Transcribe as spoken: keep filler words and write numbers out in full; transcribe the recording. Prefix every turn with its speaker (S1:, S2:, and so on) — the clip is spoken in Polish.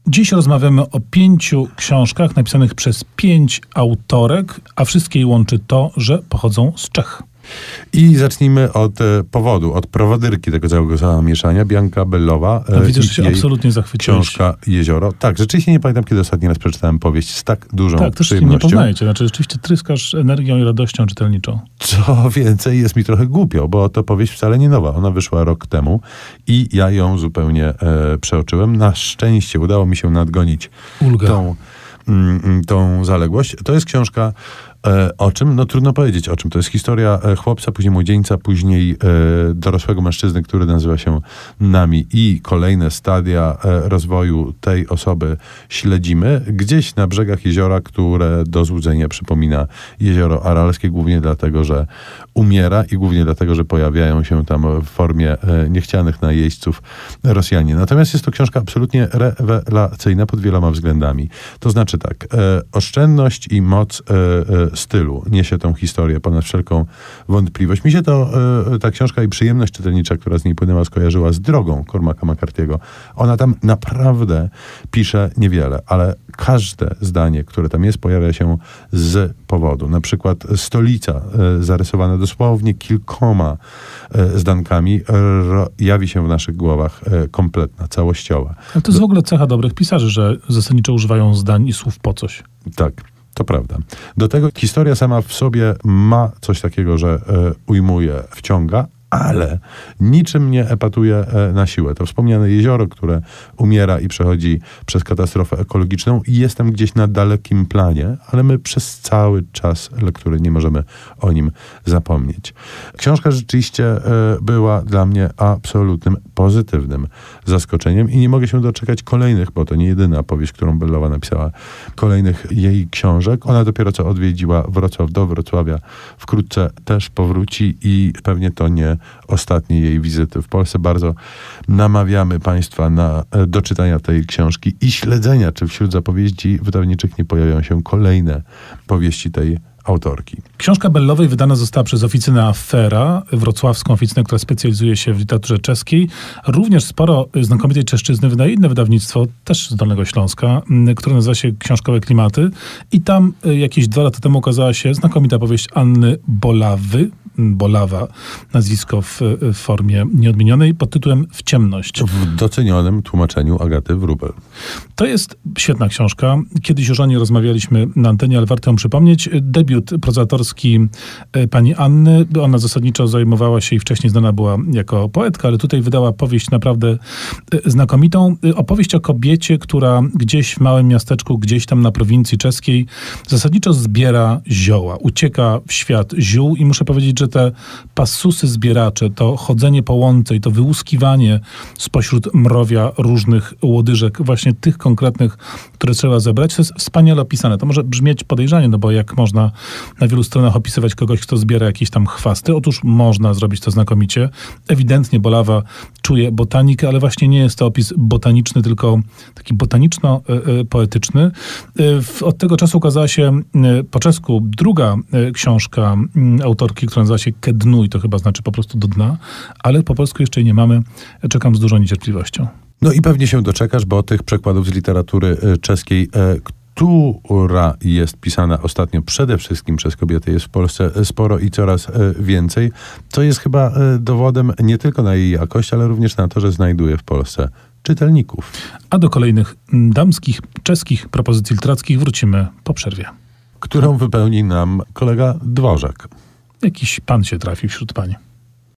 S1: Dziś rozmawiamy o pięciu książkach napisanych przez pięć autorek, a wszystkie je łączy to, że pochodzą z Czech.
S2: I zacznijmy od e, powodu, od prowodyrki tego całego zamieszania, Bianka Bellowa.
S1: E, Widzę, że się absolutnie zachwyciłeś.
S2: Książka Jezioro. Tak, rzeczywiście nie pamiętam, kiedy ostatni raz przeczytałem powieść z tak dużą
S1: tak, też
S2: przyjemnością.
S1: Tak, nie poznajecie. Znaczy, rzeczywiście tryskasz energią i radością czytelniczą.
S2: Co więcej, jest mi trochę głupio, bo to powieść wcale nie nowa. Ona wyszła rok temu i ja ją zupełnie e, przeoczyłem. Na szczęście udało mi się nadgonić
S1: Ulga.
S2: tą, mm, tą zaległość. To jest książka E, o czym? No trudno powiedzieć o czym. To jest historia e, chłopca, później młodzieńca, później e, dorosłego mężczyzny, który nazywa się Nami, i kolejne stadia e, rozwoju tej osoby śledzimy gdzieś na brzegach jeziora, które do złudzenia przypomina jezioro Aralskie, głównie dlatego, że umiera i głównie dlatego, że pojawiają się tam w formie e, niechcianych najeźdźców Rosjanie. Natomiast jest to książka absolutnie rewelacyjna pod wieloma względami. To znaczy tak, e, oszczędność i moc e, e, stylu niesie tą historię ponad wszelką wątpliwość. Mi się to, y, ta książka i przyjemność czytelnicza, która z niej płynęła, skojarzyła z Drogą Cormaca McCarthy'ego. Ona tam naprawdę pisze niewiele, ale każde zdanie, które tam jest, pojawia się z powodu. Na przykład stolica, y, zarysowana dosłownie kilkoma y, zdankami, ro, jawi się w naszych głowach y, kompletna, całościowa.
S1: Ale to jest w ogóle cecha dobrych pisarzy, że zasadniczo używają zdań i słów po coś.
S2: Tak. To prawda. Do tego historia sama w sobie ma coś takiego, że e, ujmuje, wciąga, ale niczym nie epatuje e, na siłę. To wspomniane jezioro, które umiera i przechodzi przez katastrofę ekologiczną, i jestem gdzieś na dalekim planie, ale my przez cały czas lektury nie możemy o nim zapomnieć. Książka rzeczywiście e, była dla mnie absolutnym pozytywnym zaskoczeniem i nie mogę się doczekać kolejnych, bo to nie jedyna powieść, którą Bellowa napisała, kolejnych jej książek. Ona dopiero co odwiedziła Wrocław, do Wrocławia wkrótce też powróci i pewnie to nie ostatnie jej wizyty w Polsce. Bardzo namawiamy Państwa na, do czytania tej książki i śledzenia, czy wśród zapowiedzi wydawniczych nie pojawią się kolejne powieści tej autorki.
S1: Książka Bellowej wydana została przez Oficynę Afera, wrocławską oficynę, która specjalizuje się w literaturze czeskiej. Również sporo znakomitej czeszczyzny wydaje inne wydawnictwo, też z Dolnego Śląska, które nazywa się Książkowe Klimaty. I tam jakieś dwa lata temu ukazała się znakomita powieść Anny Bolawy, Bolawa, nazwisko w, w formie nieodmienionej, pod tytułem W ciemność.
S2: W docenionym tłumaczeniu Agaty Wróbel.
S1: To jest świetna książka. Kiedyś już o niej rozmawialiśmy na antenie, ale warto ją przypomnieć. Debiut prozatorski pani Anny. Ona zasadniczo zajmowała się i wcześniej znana była jako poetka, ale tutaj wydała powieść naprawdę znakomitą. Opowieść o kobiecie, która gdzieś w małym miasteczku, gdzieś tam na prowincji czeskiej zasadniczo zbiera zioła. Ucieka w świat ziół i muszę powiedzieć, że te passusy zbieracze, to chodzenie po łące i to wyłuskiwanie spośród mrowia różnych łodyżek, właśnie tych konkretnych, które trzeba zebrać, to jest wspaniale opisane. To może brzmieć podejrzanie, no bo jak można na wielu stronach opisywać kogoś, kto zbiera jakieś tam chwasty? Otóż można zrobić to znakomicie. Ewidentnie Bolawa czuje botanikę, ale właśnie nie jest to opis botaniczny, tylko taki botaniczno-poetyczny. Od tego czasu ukazała się po czesku druga książka autorki, która nazywa się Ke dnu i to chyba znaczy po prostu do dna, ale po polsku jeszcze jej nie mamy. Czekam z dużą niecierpliwością.
S2: No i pewnie się doczekasz, bo tych przekładów z literatury czeskiej, która jest pisana ostatnio przede wszystkim przez kobiety, jest w Polsce sporo i coraz więcej, co jest chyba dowodem nie tylko na jej jakość, ale również na to, że znajduje w Polsce czytelników.
S1: A do kolejnych damskich, czeskich propozycji literackich wrócimy po przerwie.
S2: Którą wypełni nam kolega Dworzak.
S1: Jakiś pan się trafi wśród pań.